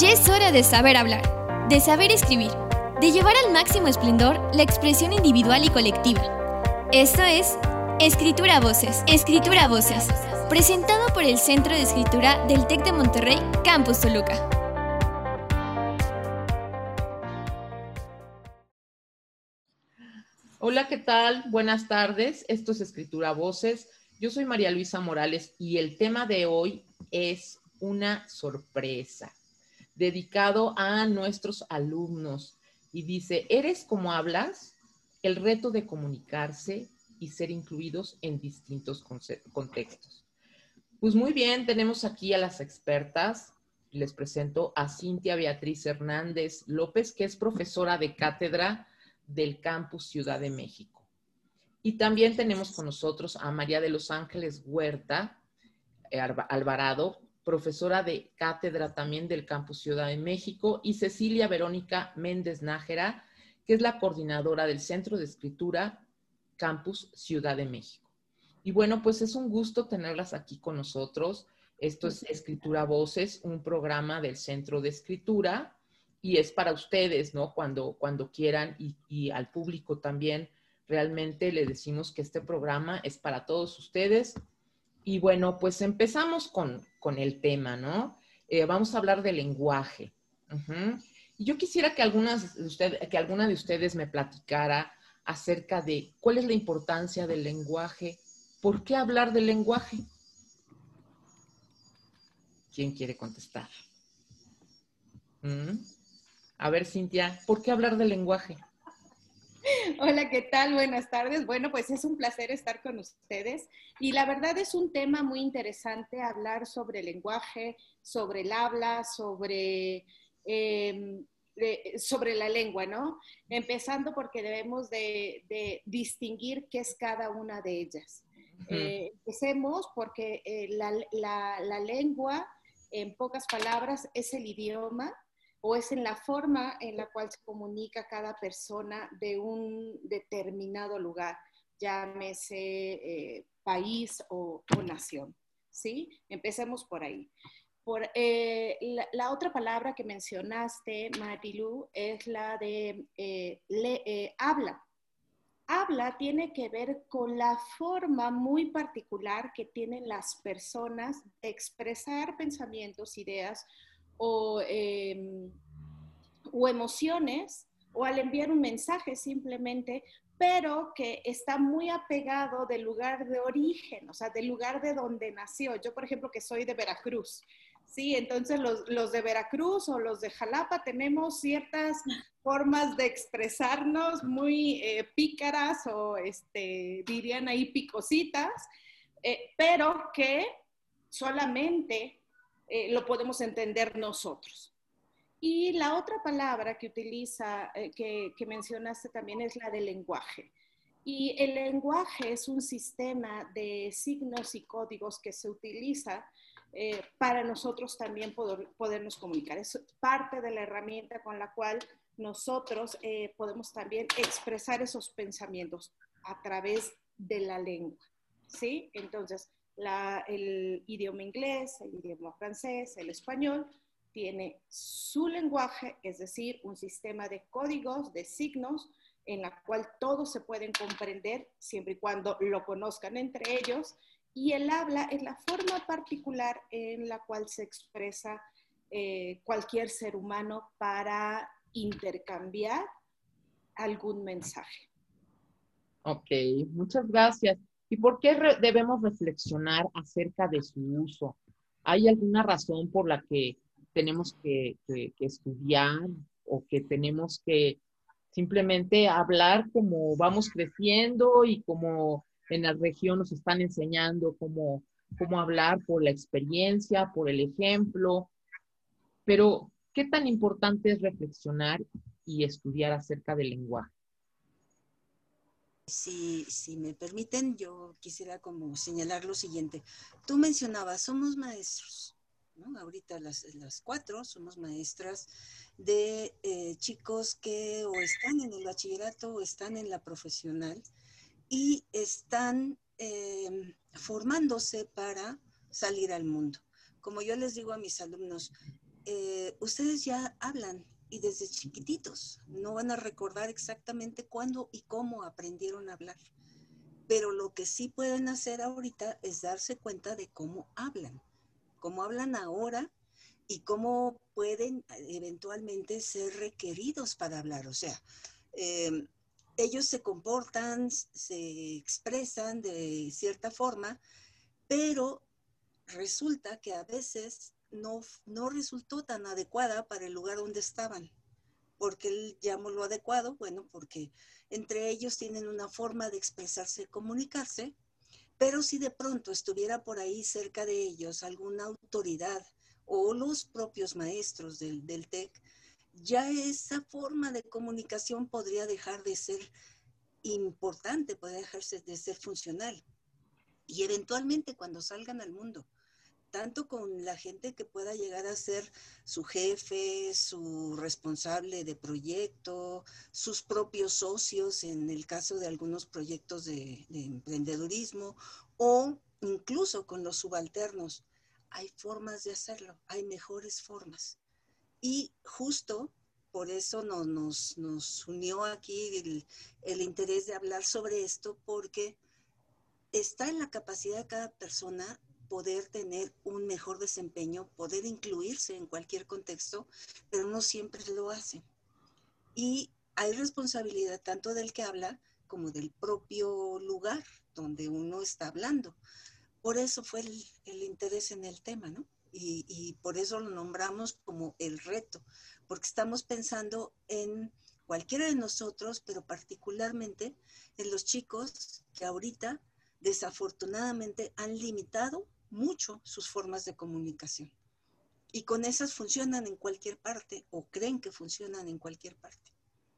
Ya es hora de saber hablar, de saber escribir, de llevar al máximo esplendor la expresión individual y colectiva. Esto es Escritura a Voces. Escritura a Voces, presentado por el Centro de Escritura del TEC de Monterrey, Campus Toluca. Hola, ¿qué tal? Buenas tardes. Esto es Escritura a Voces. Yo soy María Luisa Morales y el tema de hoy es una sorpresa, dedicado a nuestros alumnos. Y dice, ¿eres como hablas? El reto de comunicarse y ser incluidos en distintos contextos. Pues muy bien, tenemos aquí a las expertas. Les presento a Cintia Beatriz Hernández López, que es profesora de cátedra del Campus Ciudad de México. Y también tenemos con nosotros a María de los Ángeles Huerta Alvarado, profesora de cátedra también del Campus Ciudad de México, y Cecilia Verónica Méndez Nájera, que es la coordinadora del Centro de Escritura Campus Ciudad de México. Y bueno, pues es un gusto tenerlas aquí con nosotros. Esto es Escritura a Voces, un programa del Centro de Escritura, y es para ustedes, ¿no? Cuando quieran, y al público también, realmente le decimos que este programa es para todos ustedes. Y bueno, pues empezamos con el tema, ¿no? Vamos a hablar del lenguaje. Y yo quisiera que alguna de ustedes me platicara acerca de cuál es la importancia del lenguaje. ¿Por qué hablar del lenguaje? ¿Quién quiere contestar? A ver, Cintia, ¿por qué hablar del lenguaje? Hola, ¿qué tal? Buenas tardes. Bueno, pues es un placer estar con ustedes. Y la verdad es un tema muy interesante hablar sobre el lenguaje, sobre el habla, sobre la lengua, ¿no? Empezando porque debemos de distinguir qué es cada una de ellas. Empecemos porque la lengua, en pocas palabras, es el idioma o es en la forma en la cual se comunica cada persona de un determinado lugar, llámese país o nación, ¿sí? Empecemos por ahí. La otra palabra que mencionaste, Marilu, es la de habla. Habla tiene que ver con la forma muy particular que tienen las personas de expresar pensamientos, ideas o emociones, o al enviar un mensaje simplemente, pero que está muy apegado del lugar de origen, o sea, del lugar de donde nació. Yo, por ejemplo, que soy de Veracruz, ¿sí? Entonces los de Veracruz o los de Jalapa tenemos ciertas formas de expresarnos muy pícaras o dirían ahí picositas, pero que solamente lo podemos entender nosotros. Y la otra palabra que utiliza, que mencionaste también, es la del lenguaje. Y el lenguaje es un sistema de signos y códigos que se utiliza para nosotros también podernos comunicar. Es parte de la herramienta con la cual nosotros podemos también expresar esos pensamientos a través de la lengua, ¿sí? Entonces, el idioma inglés, el idioma francés, el español, tiene su lenguaje, es decir, un sistema de códigos, de signos, en la cual todos se pueden comprender siempre y cuando lo conozcan entre ellos, y el habla es la forma particular en la cual se expresa cualquier ser humano para intercambiar algún mensaje. Ok, muchas gracias. ¿Y por qué debemos reflexionar acerca de su uso? ¿Hay alguna razón por la que tenemos que estudiar o que tenemos que simplemente hablar como vamos creciendo y como en la región nos están enseñando cómo hablar por la experiencia, por el ejemplo? Pero, ¿qué tan importante es reflexionar y estudiar acerca del lenguaje? Si me permiten, yo quisiera como señalar lo siguiente. Tú mencionabas, somos maestros, ¿no? Ahorita las cuatro somos maestras de chicos que o están en el bachillerato o están en la profesional y están formándose para salir al mundo. Como yo les digo a mis alumnos, ustedes ya hablan y desde chiquititos no van a recordar exactamente cuándo y cómo aprendieron a hablar. Pero lo que sí pueden hacer ahorita es darse cuenta de cómo hablan ahora y cómo pueden eventualmente ser requeridos para hablar. O sea, ellos se comportan, se expresan de cierta forma, pero resulta que a veces no resultó tan adecuada para el lugar donde estaban. ¿Por qué llamo lo adecuado? Bueno, porque entre ellos tienen una forma de expresarse y comunicarse, pero si de pronto estuviera por ahí cerca de ellos alguna autoridad o los propios maestros del TEC, ya esa forma de comunicación podría dejar de ser importante, podría dejar de ser funcional. Y eventualmente cuando salgan al mundo, tanto con la gente que pueda llegar a ser su jefe, su responsable de proyecto, sus propios socios en el caso de algunos proyectos de emprendedurismo, o incluso con los subalternos. Hay formas de hacerlo, hay mejores formas. Y justo por eso nos unió aquí el interés de hablar sobre esto, porque está en la capacidad de cada persona poder tener un mejor desempeño, poder incluirse en cualquier contexto, pero no siempre lo hacen. Y hay responsabilidad tanto del que habla como del propio lugar donde uno está hablando. Por eso fue el interés en el tema, ¿no? Y por eso lo nombramos como el reto, porque estamos pensando en cualquiera de nosotros, pero particularmente en los chicos que ahorita desafortunadamente han limitado mucho sus formas de comunicación. Y con esas funcionan en cualquier parte o creen que funcionan en cualquier parte.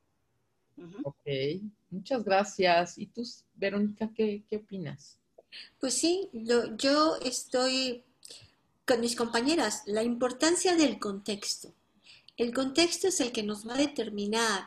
Ok, muchas gracias. ¿Y tú, Verónica, qué opinas? Pues sí, yo estoy con mis compañeras, la importancia del contexto. El contexto es el que nos va a determinar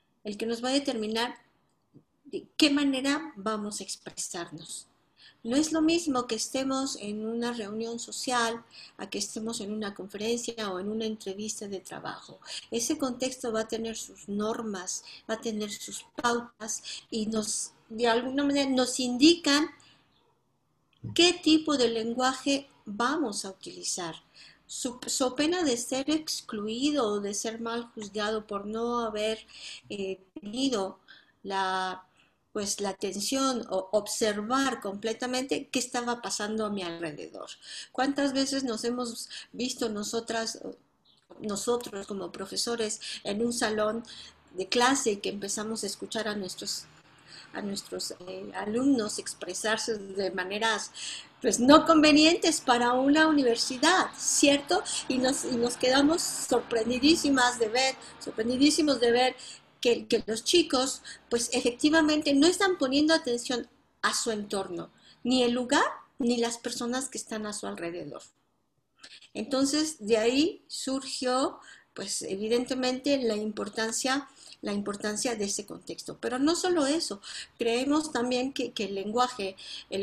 de qué manera vamos a expresarnos. No es lo mismo que estemos en una reunión social a que estemos en una conferencia o en una entrevista de trabajo. Ese contexto va a tener sus normas, va a tener sus pautas y de alguna manera nos indican qué tipo de lenguaje vamos a utilizar. So pena de ser excluido o de ser mal juzgado por no haber tenido la atención o observar completamente qué estaba pasando a mi alrededor. ¿Cuántas veces nos hemos visto nosotros como profesores en un salón de clase que empezamos a escuchar a nuestros alumnos expresarse de maneras pues no convenientes para una universidad, ¿cierto? Y nos quedamos sorprendidísimos de ver que los chicos pues efectivamente no están poniendo atención a su entorno, ni el lugar, ni las personas que están a su alrededor. Entonces, de ahí surgió pues evidentemente la importancia de ese contexto. Pero no solo eso, creemos también que el lenguaje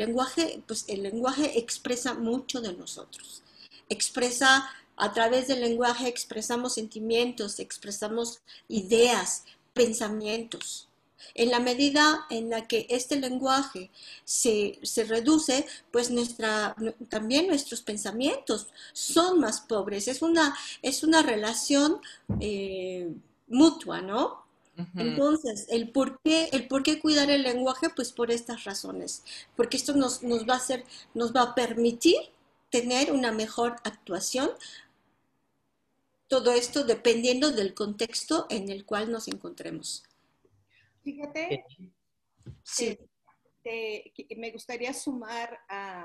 expresa mucho de nosotros. A través del lenguaje expresamos sentimientos, expresamos ideas, pensamientos. En la medida en la que este lenguaje se reduce, pues también nuestros pensamientos son más pobres. Es una relación mutua, ¿no? Entonces, el por qué cuidar el lenguaje, pues por estas razones, porque esto nos va a permitir tener una mejor actuación, todo esto dependiendo del contexto en el cual nos encontremos. Fíjate, sí. Me gustaría sumar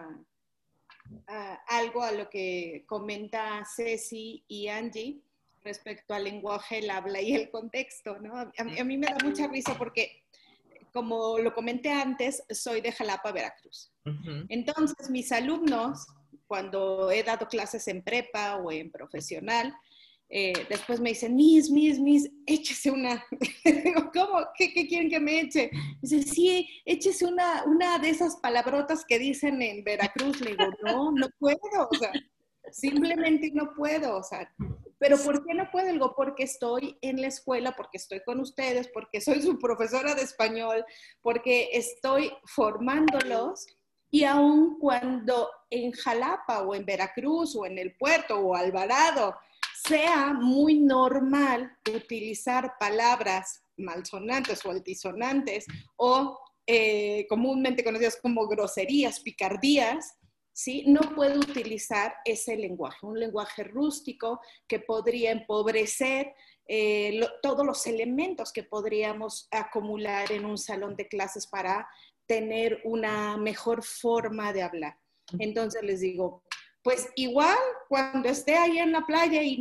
algo a lo que comenta Ceci y Angie respecto al lenguaje, el habla y el contexto, ¿no? A mí me da mucha risa porque, como lo comenté antes, soy de Jalapa, Veracruz. Entonces, mis alumnos, cuando he dado clases en prepa o en profesional, después me dicen, Miss, échese una. Digo, ¿cómo? ¿Qué quieren que me eche? Dice, sí, échese una de esas palabrotas que dicen en Veracruz. Le digo, no puedo, o sea, simplemente no puedo, o sea, Pero ¿por qué no puedo? Digo, porque estoy en la escuela, porque estoy con ustedes, porque soy su profesora de español, porque estoy formándolos. Y aun cuando en Jalapa o en Veracruz o en el Puerto o Alvarado sea muy normal utilizar palabras malsonantes o altisonantes o comúnmente conocidas como groserías, picardías, ¿sí? No puedo utilizar ese lenguaje, un lenguaje rústico que podría empobrecer todos los elementos que podríamos acumular en un salón de clases para tener una mejor forma de hablar. Entonces les digo, pues igual cuando esté ahí en la playa y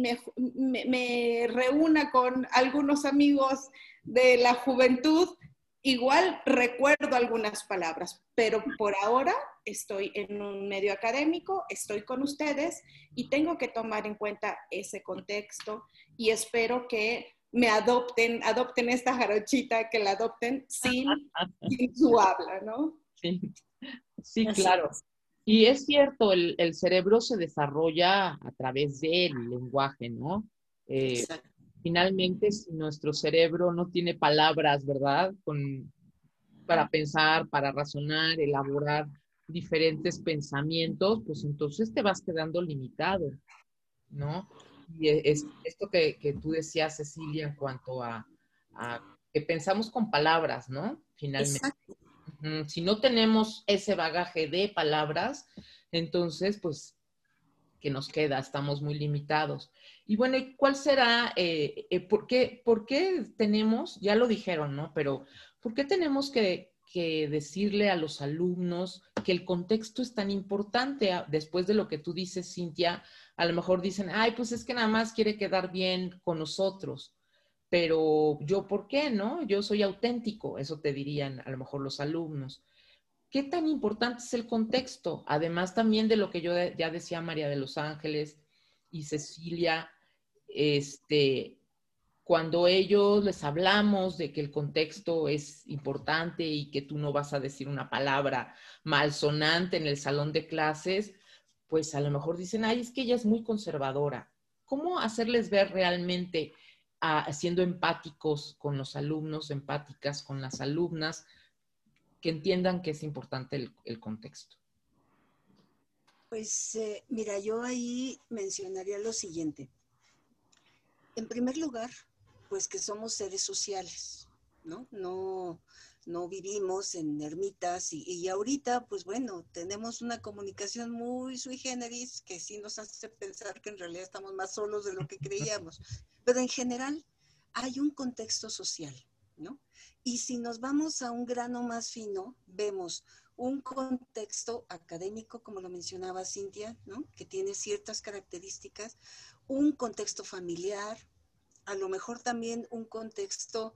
me reúna con algunos amigos de la juventud, igual recuerdo algunas palabras, pero por ahora estoy en un medio académico, estoy con ustedes y tengo que tomar en cuenta ese contexto y espero que me adopten esta jarochita, que la adopten sin su habla, ¿no? Sí, sí, claro. Y es cierto, el cerebro se desarrolla a través del lenguaje, ¿no? Exacto. Finalmente, si nuestro cerebro no tiene palabras, ¿verdad? Para pensar, para razonar, elaborar diferentes pensamientos, pues entonces te vas quedando limitado, ¿no? Y es esto que tú decías, Cecilia, en cuanto a que pensamos con palabras, ¿no? Finalmente. Exacto. Si no tenemos ese bagaje de palabras, entonces, pues, ¿qué nos queda? Estamos muy limitados. Y bueno, ¿cuál será, por qué tenemos, ya lo dijeron, ¿no? Pero, ¿por qué tenemos que decirle a los alumnos que el contexto es tan importante? Después de lo que tú dices, Cintia, a lo mejor dicen, ay, pues es que nada más quiere quedar bien con nosotros. Pero yo, ¿por qué, no? Yo soy auténtico, eso te dirían a lo mejor los alumnos. ¿Qué tan importante es el contexto? Además también de lo que yo ya decía María de los Ángeles y Cecilia, cuando ellos les hablamos de que el contexto es importante y que tú no vas a decir una palabra malsonante en el salón de clases, pues a lo mejor dicen, ay, es que ella es muy conservadora. ¿Cómo hacerles ver realmente, siendo empáticos con los alumnos, empáticas con las alumnas, que entiendan que es importante el contexto? Pues mira, yo ahí mencionaría lo siguiente. En primer lugar, pues que somos seres sociales, ¿no? No vivimos en ermitas y ahorita, pues bueno, tenemos una comunicación muy sui generis que sí nos hace pensar que en realidad estamos más solos de lo que creíamos. Pero en general hay un contexto social, ¿no? Y si nos vamos a un grano más fino, vemos un contexto académico, como lo mencionaba Cintia, ¿no? Que tiene ciertas características, un contexto familiar, a lo mejor también un contexto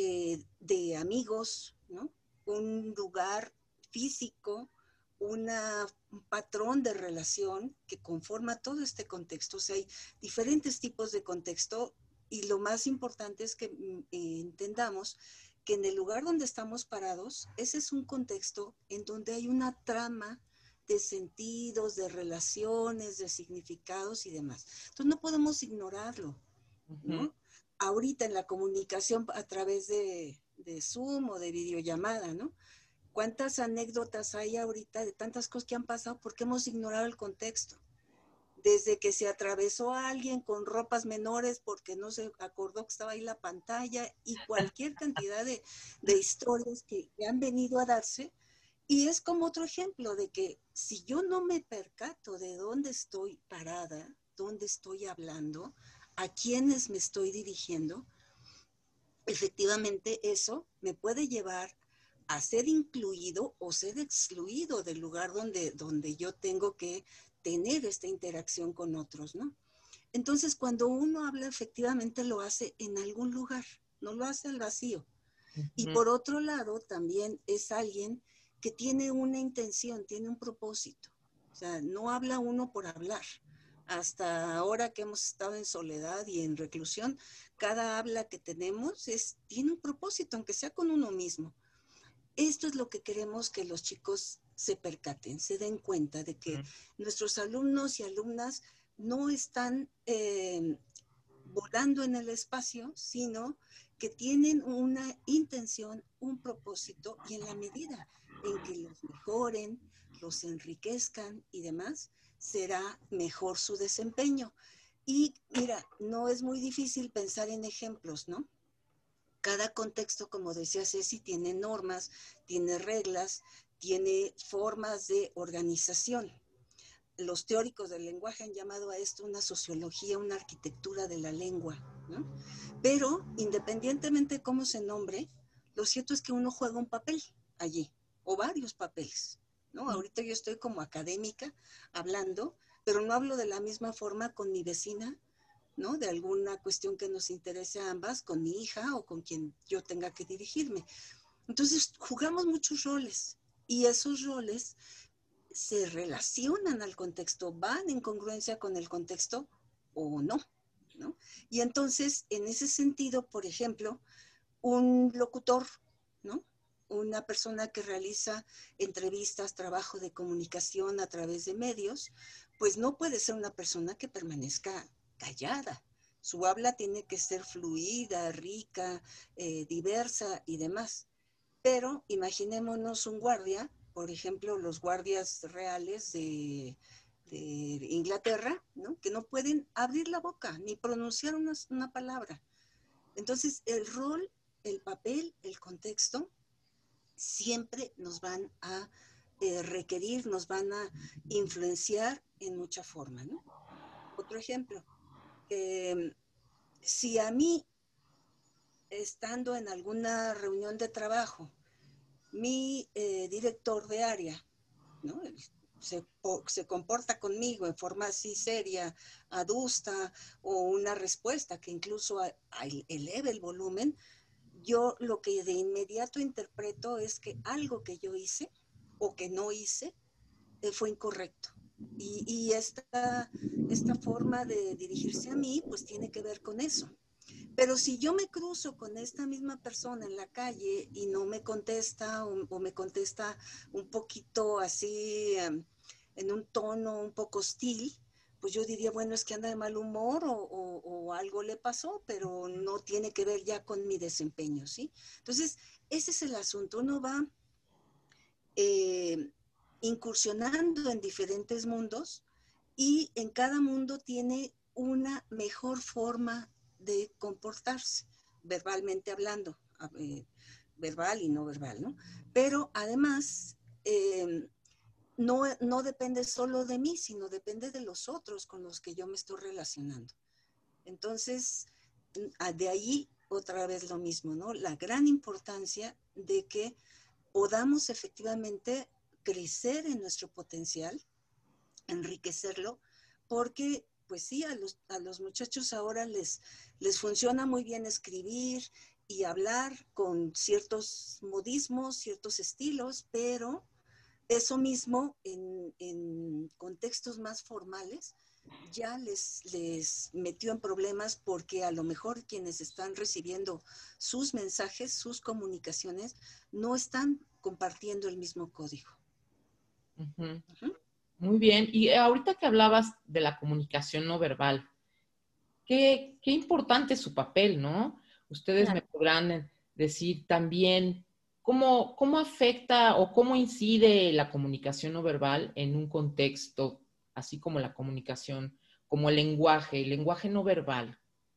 de amigos, ¿no? Un lugar físico, un patrón de relación que conforma todo este contexto. O sea, hay diferentes tipos de contexto y lo más importante es que entendamos que en el lugar donde estamos parados, ese es un contexto en donde hay una trama de sentidos, de relaciones, de significados y demás. Entonces no podemos ignorarlo, ¿no? Uh-huh. Ahorita en la comunicación a través de Zoom o de videollamada, ¿no? ¿Cuántas anécdotas hay ahorita de tantas cosas que han pasado porque hemos ignorado el contexto? Desde que se atravesó a alguien con ropas menores porque no se acordó que estaba ahí la pantalla y cualquier cantidad de historias que han venido a darse. Y es como otro ejemplo de que si yo no me percato de dónde estoy parada, dónde estoy hablando, a quiénes me estoy dirigiendo, efectivamente eso me puede llevar a ser incluido o ser excluido del lugar donde yo tengo que tener esta interacción con otros, ¿no? Entonces, cuando uno habla, efectivamente lo hace en algún lugar, no lo hace al vacío. Uh-huh. Y por otro lado, también es alguien que tiene una intención, tiene un propósito. O sea, no habla uno por hablar. Hasta ahora que hemos estado en soledad y en reclusión, cada habla que tenemos tiene un propósito, aunque sea con uno mismo. Esto es lo que queremos que los chicos se percaten, se den cuenta de que nuestros alumnos y alumnas no están volando en el espacio, sino que tienen una intención, un propósito, y en la medida en que los mejoren, los enriquezcan y demás, será mejor su desempeño. Y mira, no es muy difícil pensar en ejemplos, ¿no? Cada contexto, como decía Ceci, tiene normas, tiene reglas, tiene formas de organización. Los teóricos del lenguaje han llamado a esto una sociología, una arquitectura de la lengua, ¿no? Pero independientemente de cómo se nombre, lo cierto es que uno juega un papel allí, o varios papeles, ¿no? Ahorita yo estoy como académica hablando, pero no hablo de la misma forma con mi vecina, ¿no? De alguna cuestión que nos interese a ambas, con mi hija o con quien yo tenga que dirigirme. Entonces, jugamos muchos roles y esos roles se relacionan al contexto, van en congruencia con el contexto o no, ¿no? Y entonces, en ese sentido, por ejemplo, un locutor, ¿no? Una persona que realiza entrevistas, trabajo de comunicación a través de medios, pues no puede ser una persona que permanezca callada. Su habla tiene que ser fluida, rica, diversa y demás. Pero imaginémonos un guardia, por ejemplo, los guardias reales de Inglaterra, ¿no? Que no pueden abrir la boca ni pronunciar una palabra. Entonces, el rol, el papel, el contexto, siempre nos van a requerir, nos van a influenciar en mucha forma, ¿no? Otro ejemplo, si a mí, estando en alguna reunión de trabajo, mi director de área, ¿no? se comporta conmigo en forma así seria, adusta, o una respuesta que incluso eleve el volumen, yo lo que de inmediato interpreto es que algo que yo hice o que no hice fue incorrecto. Y esta forma de dirigirse a mí, pues tiene que ver con eso. Pero si yo me cruzo con esta misma persona en la calle y no me contesta o me contesta un poquito así, en un tono un poco hostil, pues yo diría, bueno, es que anda de mal humor o algo le pasó, pero no tiene que ver ya con mi desempeño, ¿sí? Entonces, ese es el asunto. Uno va incursionando en diferentes mundos y en cada mundo tiene una mejor forma de comportarse, verbalmente hablando, verbal y no verbal, ¿no? Pero además, no depende solo de mí, sino depende de los otros con los que yo me estoy relacionando. Entonces, de ahí otra vez lo mismo, ¿no? La gran importancia de que podamos efectivamente crecer en nuestro potencial, enriquecerlo, porque pues sí, a los muchachos ahora les funciona muy bien escribir y hablar con ciertos modismos, ciertos estilos, pero eso mismo en contextos más formales ya les metió en problemas, porque a lo mejor quienes están recibiendo sus mensajes, sus comunicaciones, no están compartiendo el mismo código. Uh-huh. Uh-huh. Muy bien. Y ahorita que hablabas de la comunicación no verbal, qué importante es su papel, ¿no? Ustedes me podrán decir también cómo afecta o cómo incide la comunicación no verbal en un contexto, así como la comunicación, como el lenguaje no verbal.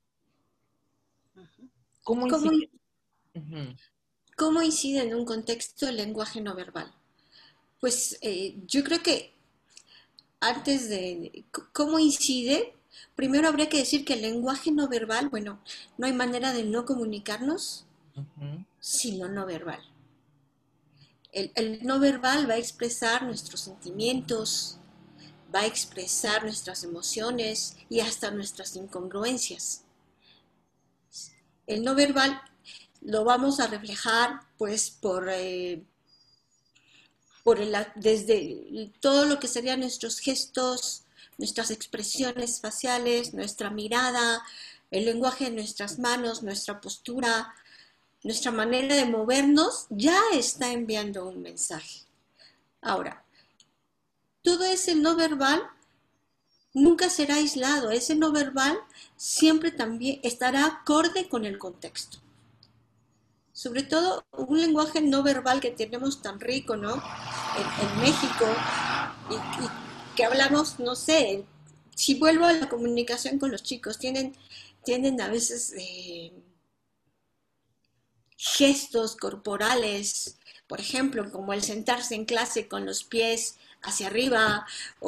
¿Cómo incide? ¿Cómo incide en un contexto el lenguaje no verbal? Pues yo creo que antes de cómo incide, primero habría que decir que el lenguaje no verbal, bueno, no hay manera de no comunicarnos sin lo no verbal. El no verbal va a expresar nuestros sentimientos, va a expresar nuestras emociones y hasta nuestras incongruencias. El no verbal lo vamos a reflejar pues desde todo lo que serían nuestros gestos, nuestras expresiones faciales, nuestra mirada, el lenguaje de nuestras manos, nuestra postura, nuestra manera de movernos, ya está enviando un mensaje. Ahora, todo ese no verbal nunca será aislado. Ese no verbal siempre también estará acorde con el contexto. Sobre todo un lenguaje no verbal que tenemos tan rico, ¿no? En México, y que hablamos, no sé, si vuelvo a la comunicación con los chicos, tienen a veces gestos corporales, por ejemplo, como el sentarse en clase con los pies hacia arriba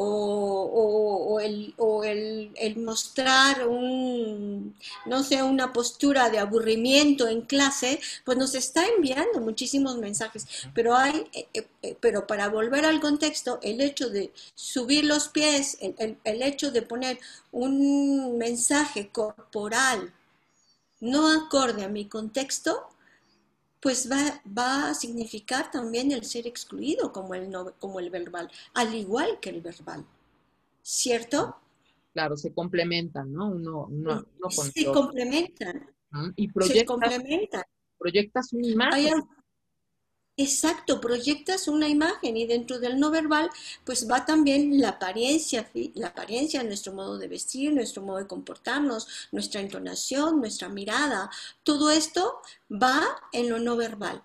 o el mostrar no sé, una postura de aburrimiento en clase, pues nos está enviando muchísimos mensajes. Pero para volver al contexto, el hecho de subir los pies, el hecho de poner un mensaje corporal no acorde a mi contexto, pues va a significar también el ser excluido como el verbal, al igual que el verbal, ¿cierto? Claro, se complementan, ¿no? Uno con el Se otro. complementan, Y se complementan. proyectas una Hay, imagen. exacto, proyectas una imagen y dentro del no verbal pues va también la apariencia, nuestro modo de vestir, nuestro modo de comportarnos, nuestra entonación, nuestra mirada, todo esto va en lo no verbal.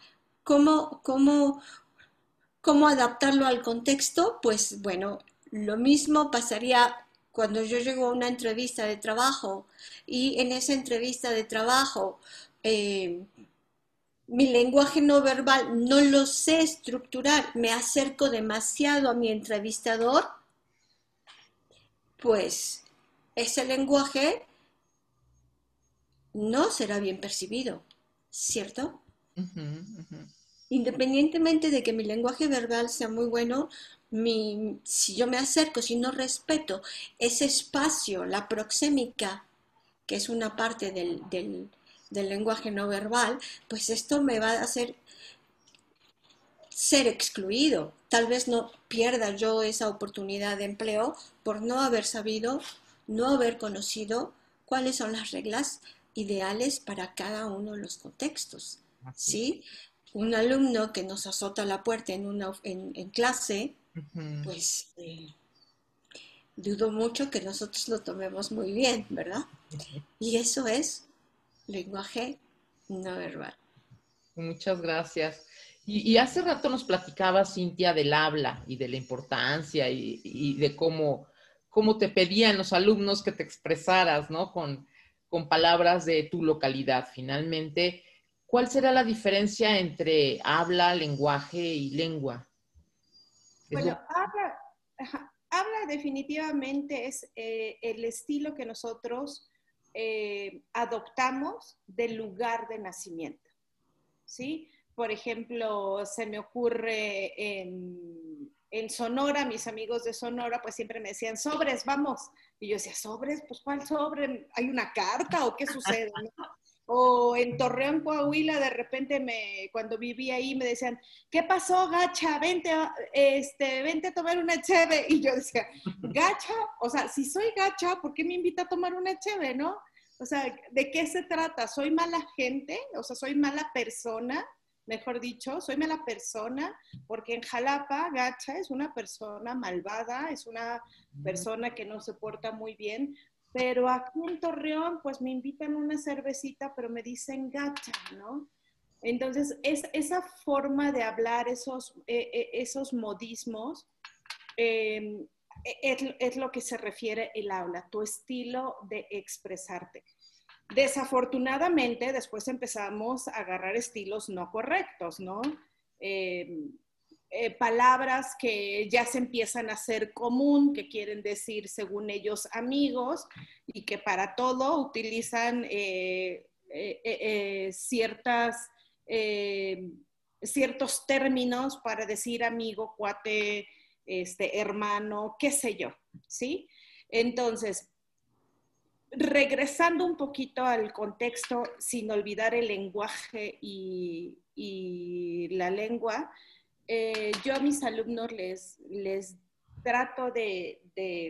¿Cómo adaptarlo al contexto? Pues bueno, lo mismo pasaría cuando yo llego a una entrevista de trabajo y en esa entrevista de trabajo eh, mi lenguaje no verbal no lo sé estructurar, me acerco demasiado a mi entrevistador, pues ese lenguaje no será bien percibido, ¿cierto? Independientemente de que mi lenguaje verbal sea muy bueno, si yo me acerco, si no respeto ese espacio, la proxémica, que es una parte del lenguaje no verbal, pues esto me va a hacer ser excluido. Tal vez no pierda yo esa oportunidad de empleo por no haber sabido, no haber conocido cuáles son las reglas ideales para cada uno de los contextos. ¿Sí? Un alumno que nos azota la puerta en clase, pues dudo mucho que nosotros lo tomemos muy bien, ¿verdad? Y eso es lenguaje no verbal. Muchas gracias. Y hace rato nos platicaba, Cintia, del habla y de la importancia y de cómo te pedían los alumnos que te expresaras, ¿no? Con palabras de tu localidad. Finalmente, ¿cuál será la diferencia entre habla, lenguaje y lengua? Bueno, habla definitivamente es el estilo que nosotros adoptamos del lugar de nacimiento, ¿sí? Por ejemplo, se me ocurre en Sonora, mis amigos de Sonora pues siempre me decían, sobres, vamos. Y yo decía, sobres, pues ¿cuál sobre? ¿Hay una carta o qué sucede? ¿No? O en Torreón, Coahuila, de repente cuando vivía ahí me decían, ¿qué pasó, gacha? Vente a tomar una cheve. Y yo decía, gacha, o sea, si soy gacha, ¿por qué me invita a tomar una cheve, no? O sea, ¿de qué se trata? ¿Soy mala gente? O sea, ¿soy mala persona? Mejor dicho, soy mala persona, porque en Jalapa, gacha es una persona malvada, es una persona que no se porta muy bien, pero aquí en Torreón, pues me invitan una cervecita, pero me dicen gacha, ¿no? Entonces, esa forma de hablar, esos modismos, es lo que se refiere el habla, tu estilo de expresarte. Desafortunadamente, después empezamos a agarrar estilos no correctos, ¿no? Palabras que ya se empiezan a hacer común, que quieren decir, según ellos, amigos, y que para todo utilizan ciertos términos para decir amigo, cuate, hermano, qué sé yo, ¿sí? Entonces, regresando un poquito al contexto, sin olvidar el lenguaje y la lengua, yo a mis alumnos les trato de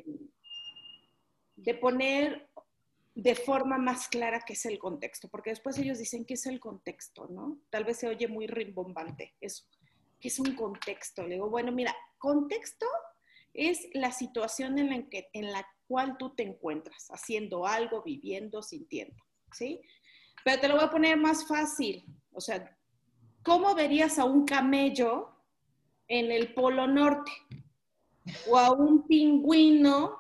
poner de forma más clara qué es el contexto, porque después ellos dicen qué es el contexto, ¿no? Tal vez se oye muy rimbombante eso. ¿Qué es un contexto? Le digo, bueno, mira, contexto es la situación en cual tú te encuentras, haciendo algo, viviendo, sintiendo, ¿sí? Pero te lo voy a poner más fácil. O sea, ¿cómo verías a un camello en el Polo Norte? O a un pingüino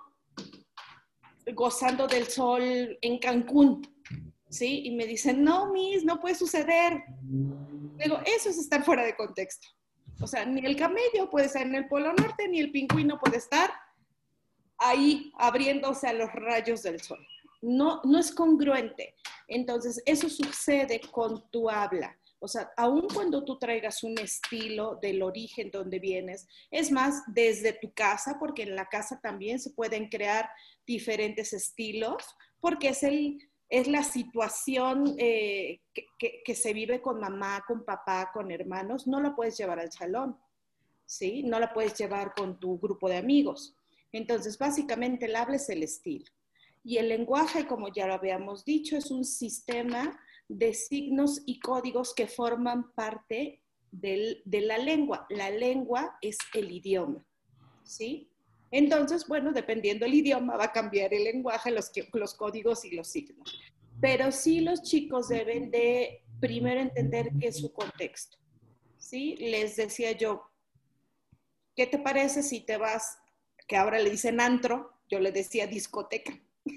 gozando del sol en Cancún, ¿sí? Y me dicen, no, Miss, no puede suceder. Digo, eso es estar fuera de contexto. O sea, ni el camello puede estar en el Polo Norte, ni el pingüino puede estar ahí abriéndose a los rayos del sol. No, no es congruente. Entonces, eso sucede con tu habla. O sea, aun cuando tú traigas un estilo del origen donde vienes, es más, desde tu casa, porque en la casa también se pueden crear diferentes estilos, porque es la situación que se vive con mamá, con papá, con hermanos, no la puedes llevar al salón, ¿sí? No la puedes llevar con tu grupo de amigos. Entonces, básicamente el habla es el estilo. Y el lenguaje, como ya lo habíamos dicho, es un sistema de signos y códigos que forman parte de la lengua. La lengua es el idioma, ¿sí? Entonces, bueno, dependiendo del idioma va a cambiar el lenguaje, los códigos y los signos. Pero sí los chicos deben de primero entender qué es su contexto, ¿sí? Les decía yo, ¿qué te parece si te vas, que ahora le dicen antro, yo le decía discoteca?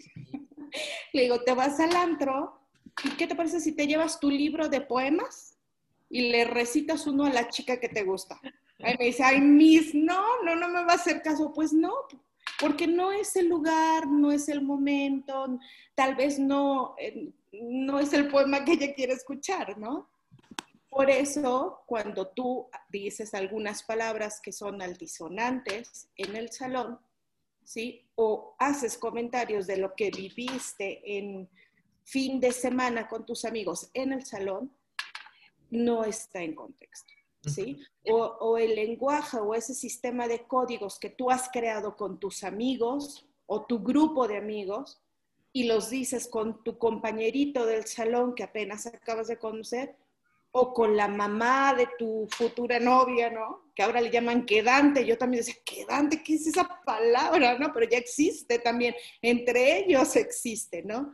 Le digo, te vas al antro, ¿y qué te parece si te llevas tu libro de poemas y le recitas uno a la chica que te gusta? Ahí me dice, ay, Miss, no me va a hacer caso. Pues no, porque no es el lugar, no es el momento, tal vez no es el poema que ella quiere escuchar, ¿no? Por eso, cuando tú dices algunas palabras que son altisonantes en el salón, ¿sí? O haces comentarios de lo que viviste en fin de semana con tus amigos en el salón, no está en contexto, ¿sí? O el lenguaje o ese sistema de códigos que tú has creado con tus amigos o tu grupo de amigos y los dices con tu compañerito del salón que apenas acabas de conocer, o con la mamá de tu futura novia, ¿no? Que ahora le llaman quedante. Yo también decía, quedante, ¿qué es esa palabra? ¿No? Pero ya existe también. Entre ellos existe, ¿no?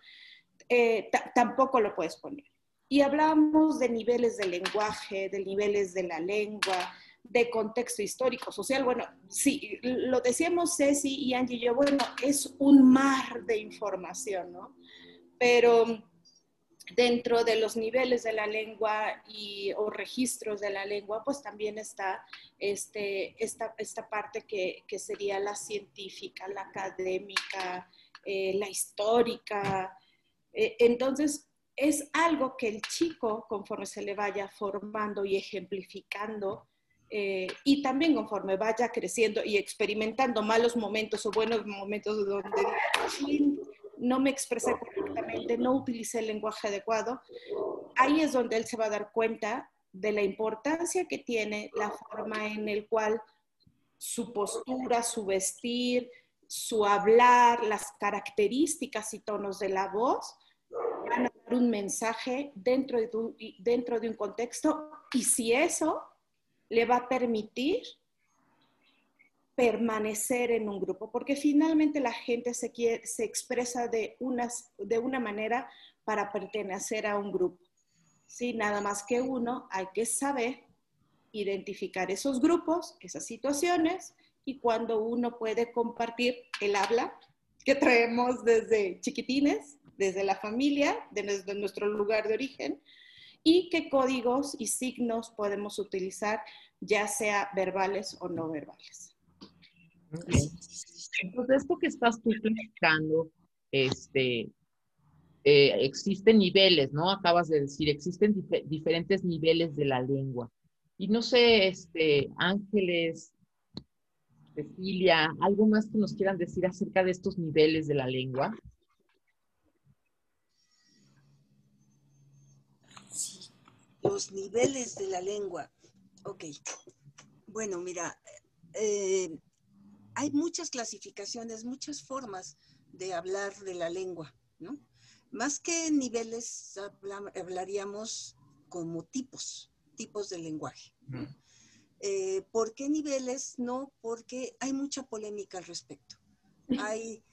Tampoco lo puedes poner. Y hablamos de niveles de lenguaje, de niveles de la lengua, de contexto histórico, social. Bueno, sí, lo decíamos Ceci y Angie y yo, bueno, es un mar de información, ¿no? Pero dentro de los niveles de la lengua o registros de la lengua, pues también está esta parte que sería la científica, la académica, la histórica. Entonces, es algo que el chico, conforme se le vaya formando y ejemplificando, y también conforme vaya creciendo y experimentando malos momentos o buenos momentos donde no me expresé correctamente, no utilicé el lenguaje adecuado, ahí es donde él se va a dar cuenta de la importancia que tiene la forma en la cual su postura, su vestir, su hablar, las características y tonos de la voz van a dar un mensaje dentro de un contexto, y si eso le va a permitir permanecer en un grupo, porque finalmente la gente se expresa de una manera para pertenecer a un grupo. ¿Sí? Nada más que uno hay que saber identificar esos grupos, esas situaciones, y cuando uno puede compartir el habla que traemos desde chiquitines, desde la familia, desde nuestro lugar de origen, y qué códigos y signos podemos utilizar, ya sea verbales o no verbales. Entonces, esto que estás tú platicando, existen niveles, ¿no? Acabas de decir, existen diferentes niveles de la lengua. Y no sé, Ángeles, Cecilia, ¿algo más que nos quieran decir acerca de estos niveles de la lengua? Sí, los niveles de la lengua. Ok. Bueno, mira, hay muchas clasificaciones, muchas formas de hablar de la lengua, ¿no? Más que niveles, hablaríamos como tipos de lenguaje, ¿no? ¿Por qué niveles? No, porque hay mucha polémica al respecto. Hay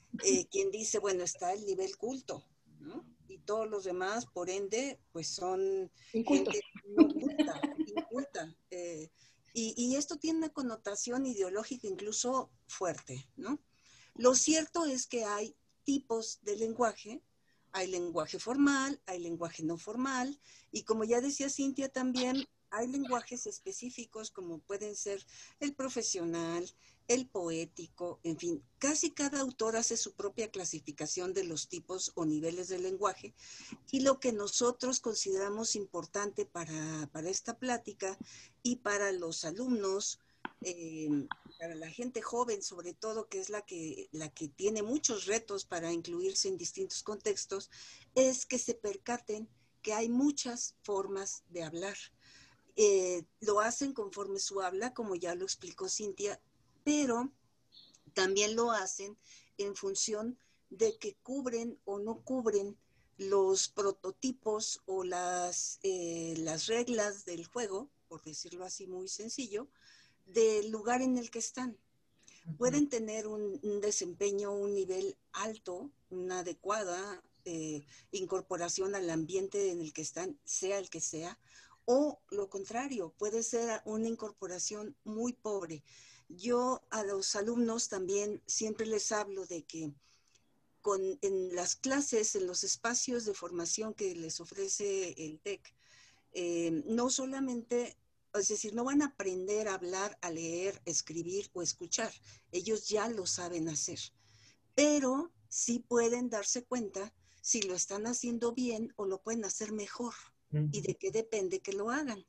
quien dice, bueno, está el nivel culto, ¿no? Y todos los demás, por ende, pues son Incultos. gente no culta, inculta. Y esto tiene una connotación ideológica incluso fuerte, ¿no? Lo cierto es que hay tipos de lenguaje. Hay lenguaje formal, hay lenguaje no formal, y como ya decía Cintia también, hay lenguajes específicos como pueden ser el profesional, el poético, en fin, casi cada autor hace su propia clasificación de los tipos o niveles de lenguaje, y lo que nosotros consideramos importante para esta plática y para los alumnos, eh, para la gente joven sobre todo, que es la que tiene muchos retos para incluirse en distintos contextos, es que se percaten que hay muchas formas de hablar. Lo hacen conforme su habla, como ya lo explicó Cintia, pero también lo hacen en función de que cubren o no cubren los prototipos o las reglas del juego, por decirlo así muy sencillo, del lugar en el que están. Pueden tener un desempeño, un nivel alto, una adecuada incorporación al ambiente en el que están, sea el que sea, o lo contrario, puede ser una incorporación muy pobre. Yo a los alumnos también siempre les hablo de que en las clases, en los espacios de formación que les ofrece el TEC, no solamente, es decir, no van a aprender a hablar, a leer, escribir o escuchar. Ellos ya lo saben hacer, pero sí pueden darse cuenta si lo están haciendo bien o lo pueden hacer mejor y de qué depende que lo hagan.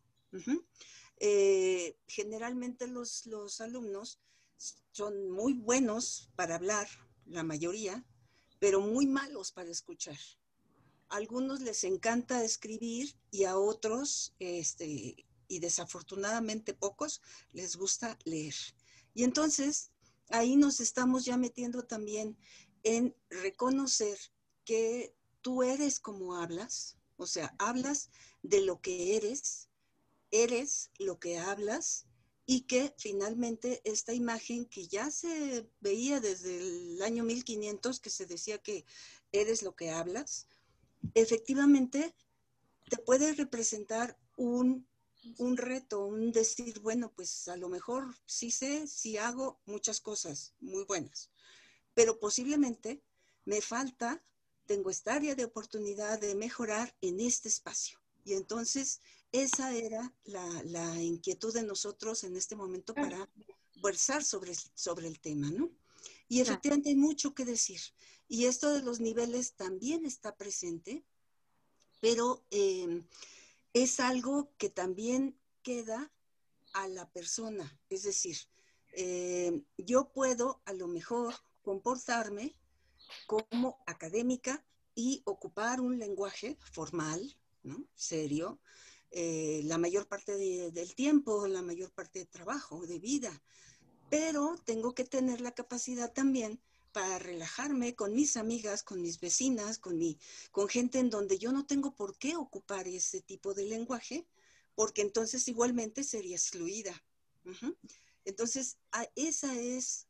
Generalmente los alumnos son muy buenos para hablar, la mayoría, pero muy malos para escuchar. A algunos les encanta escribir y a otros, y desafortunadamente pocos, les gusta leer. Y entonces ahí nos estamos ya metiendo también en reconocer que tú eres como hablas, o sea, hablas de lo que eres lo que hablas, y que finalmente esta imagen que ya se veía desde el año 1500, que se decía que eres lo que hablas, efectivamente te puede representar un reto, un decir, bueno, pues a lo mejor sí sé, sí hago muchas cosas muy buenas, pero posiblemente me falta, tengo esta área de oportunidad de mejorar en este espacio. Y entonces esa era la inquietud de nosotros en este momento para versar sobre el tema, ¿no? Y efectivamente hay mucho que decir. Y esto de los niveles también está presente, pero es algo que también queda a la persona. Es decir, yo puedo a lo mejor comportarme como académica y ocupar un lenguaje formal, ¿no? Serio, la mayor parte del tiempo, la mayor parte de trabajo, de vida, pero tengo que tener la capacidad también para relajarme con mis amigas, con mis vecinas, con gente en donde yo no tengo por qué ocupar ese tipo de lenguaje, porque entonces igualmente sería excluida. Entonces, esa es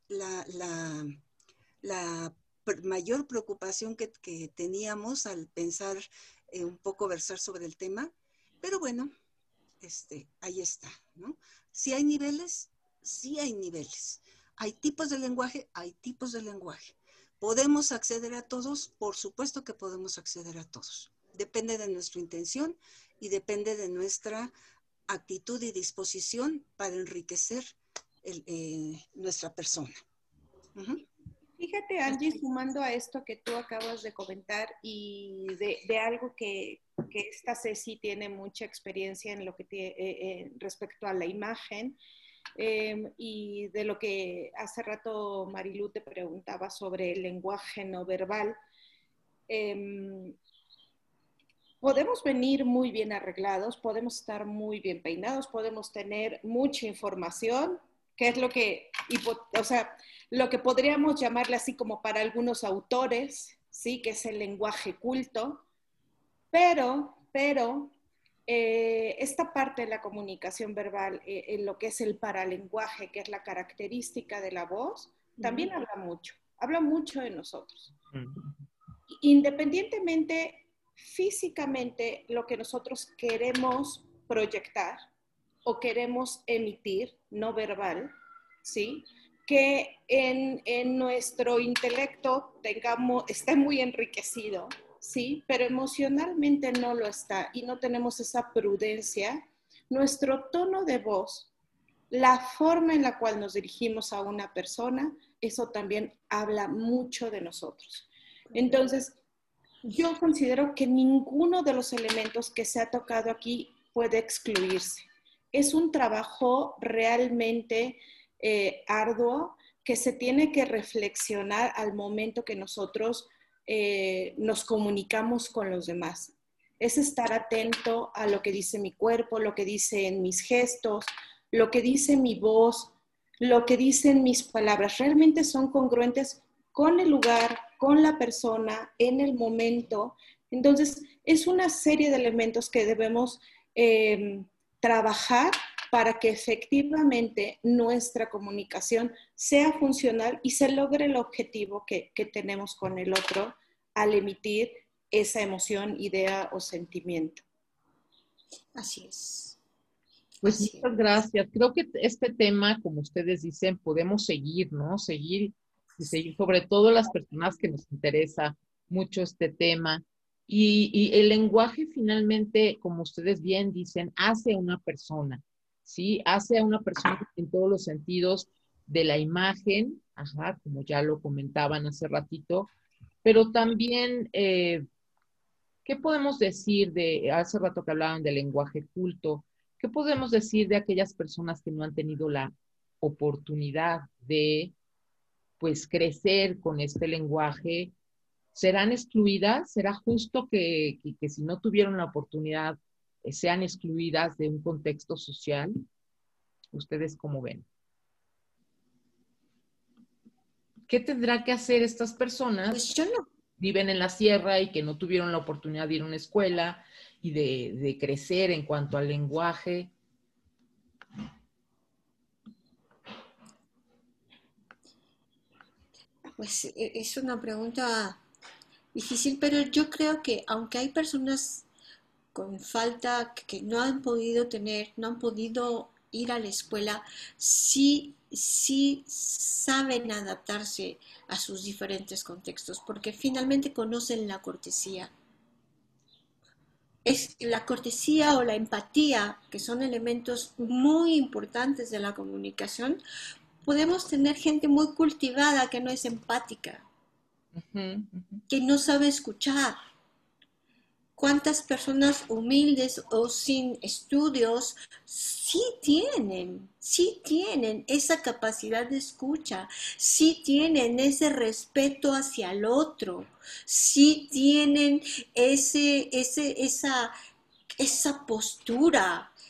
la mayor preocupación que teníamos al pensar un poco versar sobre el tema, pero bueno, ahí está, ¿no? Si hay niveles, sí hay niveles. Hay tipos de lenguaje, hay tipos de lenguaje. ¿Podemos acceder a todos? Por supuesto que podemos acceder a todos. Depende de nuestra intención y depende de nuestra actitud y disposición para enriquecer nuestra persona. Fíjate, Angie, sumando a esto que tú acabas de comentar y de algo que esta Ceci tiene mucha experiencia en lo que respecto a la imagen, y de lo que hace rato Marilu te preguntaba sobre el lenguaje no verbal. Podemos venir muy bien arreglados, podemos estar muy bien peinados, podemos tener mucha información, que es lo que, o sea, lo que podríamos llamarle así como para algunos autores, ¿sí? Que es el lenguaje culto, pero esta parte de la comunicación verbal, en lo que es el paralenguaje, que es la característica de la voz, también habla mucho. habla mucho de nosotros. Ujú. Independientemente físicamente lo que nosotros queremos proyectar o queremos emitir, no verbal, ¿sí? Que en nuestro intelecto esté muy enriquecido, ¿sí? Pero emocionalmente no lo está y no tenemos esa prudencia. Nuestro tono de voz, la forma en la cual nos dirigimos a una persona, eso también habla mucho de nosotros. Entonces, yo considero que ninguno de los elementos que se ha tocado aquí puede excluirse. Es un trabajo realmente arduo que se tiene que reflexionar al momento que nosotros nos comunicamos con los demás. Es estar atento a lo que dice mi cuerpo, lo que dicen mis gestos, lo que dice mi voz, lo que dicen mis palabras. Realmente son congruentes con el lugar, con la persona, en el momento. Entonces, es una serie de elementos que debemos trabajar para que efectivamente nuestra comunicación sea funcional y se logre el objetivo que tenemos con el otro al emitir esa emoción, idea o sentimiento. Así es. Pues Así muchas es. gracias. Creo que este tema, como ustedes dicen, podemos seguir, ¿no? Seguir y seguir, sobre todo las personas que nos interesa mucho este tema. Y el lenguaje finalmente, como ustedes bien dicen, hace a una persona, ¿sí? Hace a una persona en todos los sentidos de la imagen, ajá, como ya lo comentaban hace ratito, pero también, ¿qué podemos decir hace rato que hablaban del lenguaje culto? ¿Qué podemos decir de aquellas personas que no han tenido la oportunidad de, pues, crecer con este lenguaje? ¿Serán excluidas? ¿Será justo que si no tuvieron la oportunidad sean excluidas de un contexto social? ¿Ustedes cómo ven? ¿Qué tendrá que hacer estas personas? Pues yo no. Viven en la sierra y que no tuvieron la oportunidad de ir a una escuela y de crecer en cuanto al lenguaje. Pues es una pregunta difícil, pero yo creo que aunque hay personas con falta que no han podido no han podido ir a la escuela, sí saben adaptarse a sus diferentes contextos, porque finalmente conocen la cortesía. Es la cortesía o la empatía, que son elementos muy importantes de la comunicación. Podemos tener gente muy cultivada que no es empática, que no sabe escuchar. ¿Cuántas personas humildes o sin estudios sí tienen esa capacidad de escucha, sí tienen ese respeto hacia el otro, sí tienen esa postura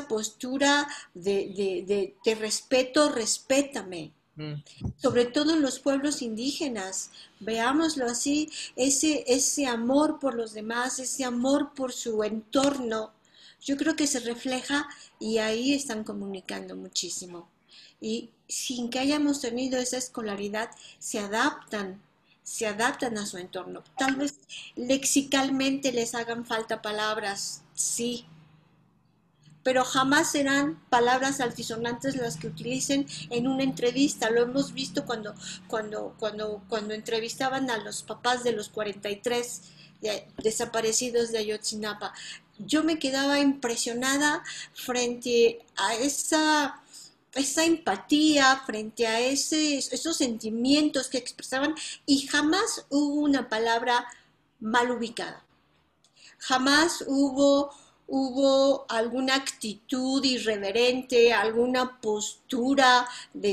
de respeto, respétame? Sobre todo en los pueblos indígenas, veámoslo así, ese amor por los demás, ese amor por su entorno, yo creo que se refleja y ahí están comunicando muchísimo. Y sin que hayamos tenido esa escolaridad, se adaptan a su entorno. Tal vez lexicalmente les hagan falta palabras, sí, pero jamás serán palabras altisonantes las que utilicen en una entrevista. Lo hemos visto cuando entrevistaban a los papás de los 43 desaparecidos de Ayotzinapa. Yo me quedaba impresionada frente a esa empatía, frente a esos sentimientos que expresaban, y jamás hubo una palabra mal ubicada. Jamás hubo alguna actitud irreverente, alguna postura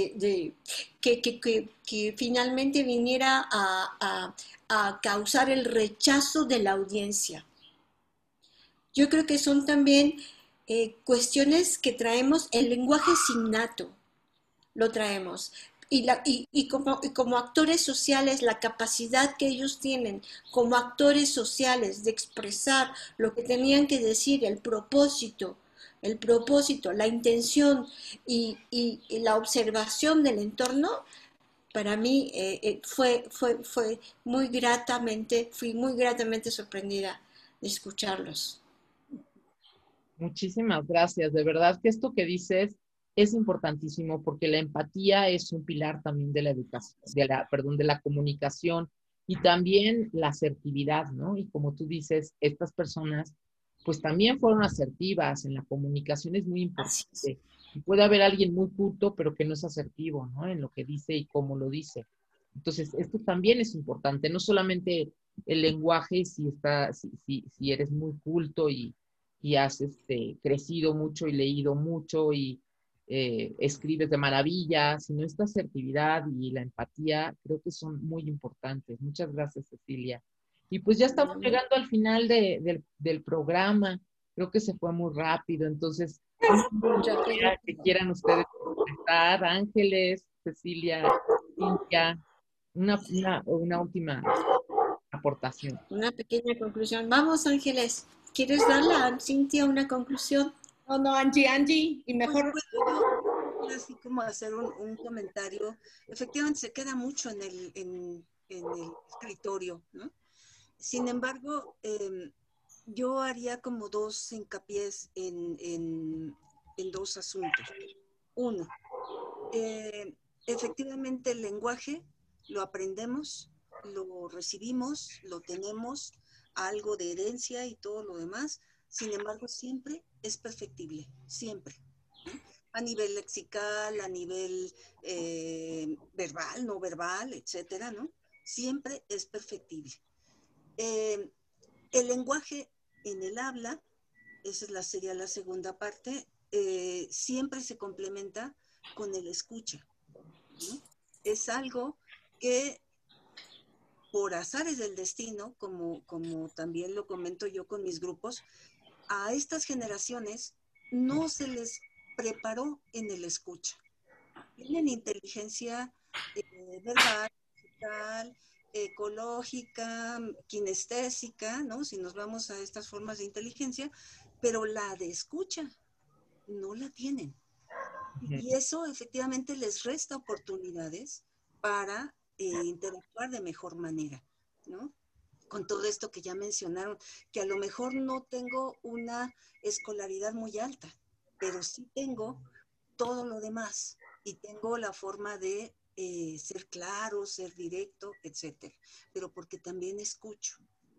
que finalmente viniera a causar el rechazo de la audiencia. Yo creo que son también cuestiones que traemos. El lenguaje es innato, lo traemos. Y como actores sociales, la capacidad que ellos tienen como actores sociales de expresar lo que tenían que decir, el propósito, la intención y la observación del entorno, para mí fui muy gratamente sorprendida de escucharlos. Muchísimas gracias. De verdad que esto que dices es importantísimo porque la empatía es un pilar también de la educación, de la comunicación y también la asertividad, ¿no? Y como tú dices, estas personas pues también fueron asertivas en la comunicación, es muy importante. Y puede haber alguien muy culto, pero que no es asertivo, ¿no? En lo que dice y cómo lo dice. Entonces, esto también es importante, no solamente el lenguaje, si eres muy culto y has crecido mucho y leído mucho y escribes de maravilla, sino esta asertividad y la empatía creo que son muy importantes. Muchas gracias, Cecilia. Y pues ya estamos llegando al final del programa. Creo que se fue muy rápido, entonces, que quieran ustedes contestar, Ángeles, Cecilia, Cintia, una última aportación. Una pequeña conclusión. Vamos, Ángeles. ¿Quieres darle a Cintia una conclusión? No, Angie, y mejor... Pues, yo así como hacer un comentario. Efectivamente se queda mucho en el escritorio, ¿no? Sin embargo, yo haría como dos hincapiés en dos asuntos. Uno, efectivamente el lenguaje lo aprendemos, lo recibimos, lo tenemos, algo de herencia y todo lo demás. Sin embargo, siempre es perfectible, siempre, ¿no? A nivel lexical, a nivel verbal, no verbal, etcétera, ¿no? Siempre es perfectible. El lenguaje en el habla, esa sería la segunda parte, siempre se complementa con el escucha, ¿no? Es algo que por azares del destino, como también lo comento yo con mis grupos, a estas generaciones no se les preparó en el escucha. Tienen inteligencia verbal, digital, ecológica, kinestésica, ¿no? Si nos vamos a estas formas de inteligencia, pero la de escucha no la tienen. Y eso efectivamente les resta oportunidades para interactuar de mejor manera, ¿no? Con todo esto que ya mencionaron, que a lo mejor no tengo una escolaridad muy alta, pero sí tengo todo lo demás y tengo la forma de ser claro, ser directo, etcétera, pero porque también escucho.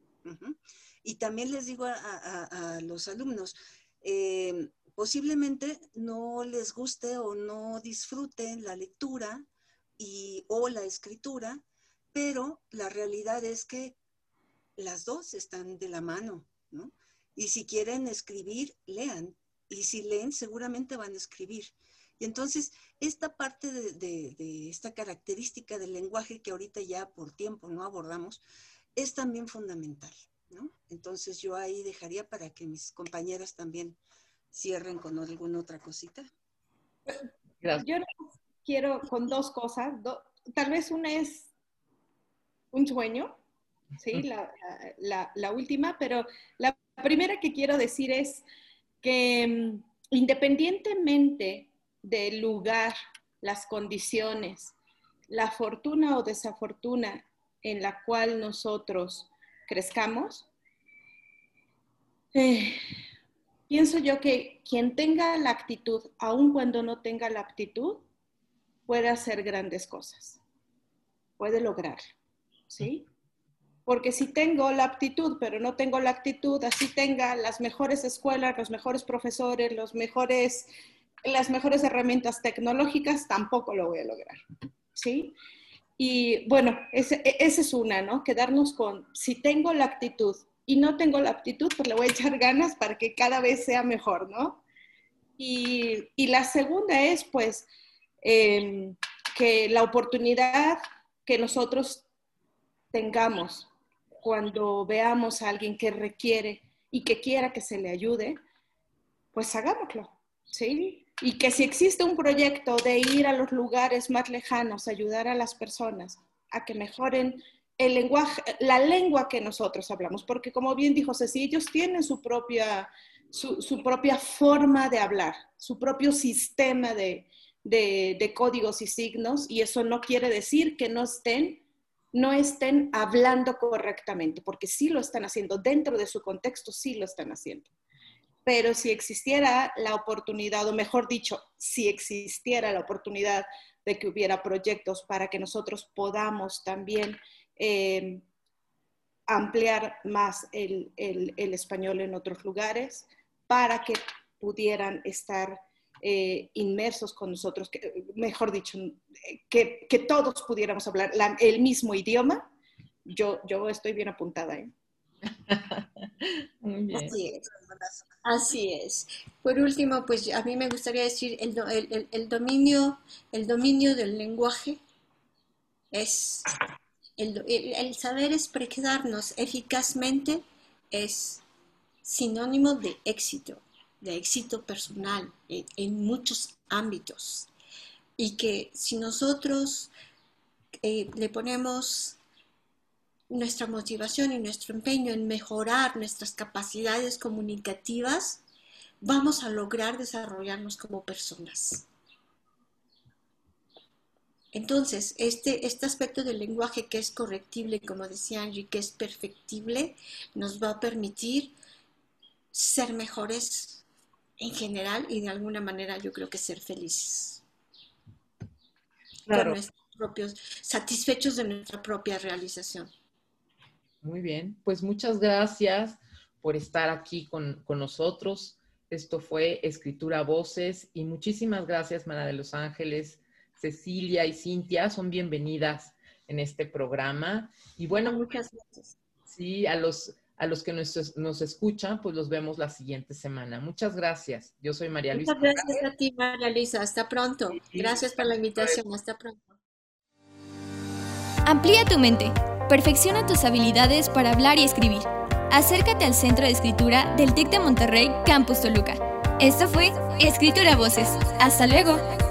Y también les digo a los alumnos, posiblemente no les guste o no disfruten la lectura o la escritura, pero la realidad es que las dos están de la mano, ¿no? Y si quieren escribir, lean. Y si leen, seguramente van a escribir. Y entonces, esta parte de esta característica del lenguaje que ahorita ya por tiempo no abordamos, es también fundamental, ¿no? Entonces, yo ahí dejaría para que mis compañeras también cierren con alguna otra cosita. Gracias. Yo quiero con dos cosas. Tal vez una es un sueño, ¿sí? La última, pero la primera que quiero decir es que independientemente del lugar, las condiciones, la fortuna o desafortuna en la cual nosotros crezcamos, pienso yo que quien tenga la actitud, aun cuando no tenga la aptitud, puede hacer grandes cosas, puede lograrlo, ¿sí? Porque si tengo la aptitud, pero no tengo la actitud, así tenga las mejores escuelas, los mejores profesores, las mejores herramientas tecnológicas, tampoco lo voy a lograr, ¿sí? Y bueno, esa es una, ¿no? Quedarnos con, si tengo la actitud y no tengo la aptitud, pues le voy a echar ganas para que cada vez sea mejor, ¿no? Y la segunda es, pues, que la oportunidad que nosotros tengamos cuando veamos a alguien que requiere y que quiera que se le ayude, pues hagámoslo, ¿sí? Y que si existe un proyecto de ir a los lugares más lejanos, ayudar a las personas a que mejoren el lenguaje, la lengua que nosotros hablamos, porque como bien dijo Ceci, ellos tienen su propia forma de hablar, su propio sistema de de códigos y signos, y eso no quiere decir que no estén hablando correctamente, porque sí lo están haciendo, dentro de su contexto sí lo están haciendo. Pero si existiera la oportunidad, o mejor dicho, si existiera la oportunidad de que hubiera proyectos para que nosotros podamos también ampliar más el español en otros lugares, para que pudieran estar inmersos con nosotros, mejor dicho, que todos pudiéramos hablar el mismo idioma, yo estoy bien apuntada, ¿eh? Muy bien. Así es. Por último, pues a mí me gustaría decir el dominio del lenguaje es el saber expresarnos eficazmente es sinónimo de éxito personal en muchos ámbitos. Y que si nosotros le ponemos nuestra motivación y nuestro empeño en mejorar nuestras capacidades comunicativas, vamos a lograr desarrollarnos como personas. Entonces, este aspecto del lenguaje que es correctible, como decía Angie, que es perfectible, nos va a permitir ser mejores en general y de alguna manera yo creo que ser felices. Claro. Con nuestros propios, satisfechos de nuestra propia realización. Muy bien, pues muchas gracias por estar aquí con nosotros. Esto fue Escritura Voces y muchísimas gracias, María de los Ángeles, Cecilia y Cintia, son bienvenidas en este programa. Y bueno, muchas gracias. Sí, a los que nos escuchan, pues los vemos la siguiente semana. Muchas gracias. Yo soy María Luisa. Muchas gracias a ti, María Luisa. Hasta pronto. Gracias por la invitación. Hasta pronto. Amplía tu mente. Perfecciona tus habilidades para hablar y escribir. Acércate al Centro de Escritura del TEC de Monterrey, Campus Toluca. Esto fue Escritura Voces. ¡Hasta luego!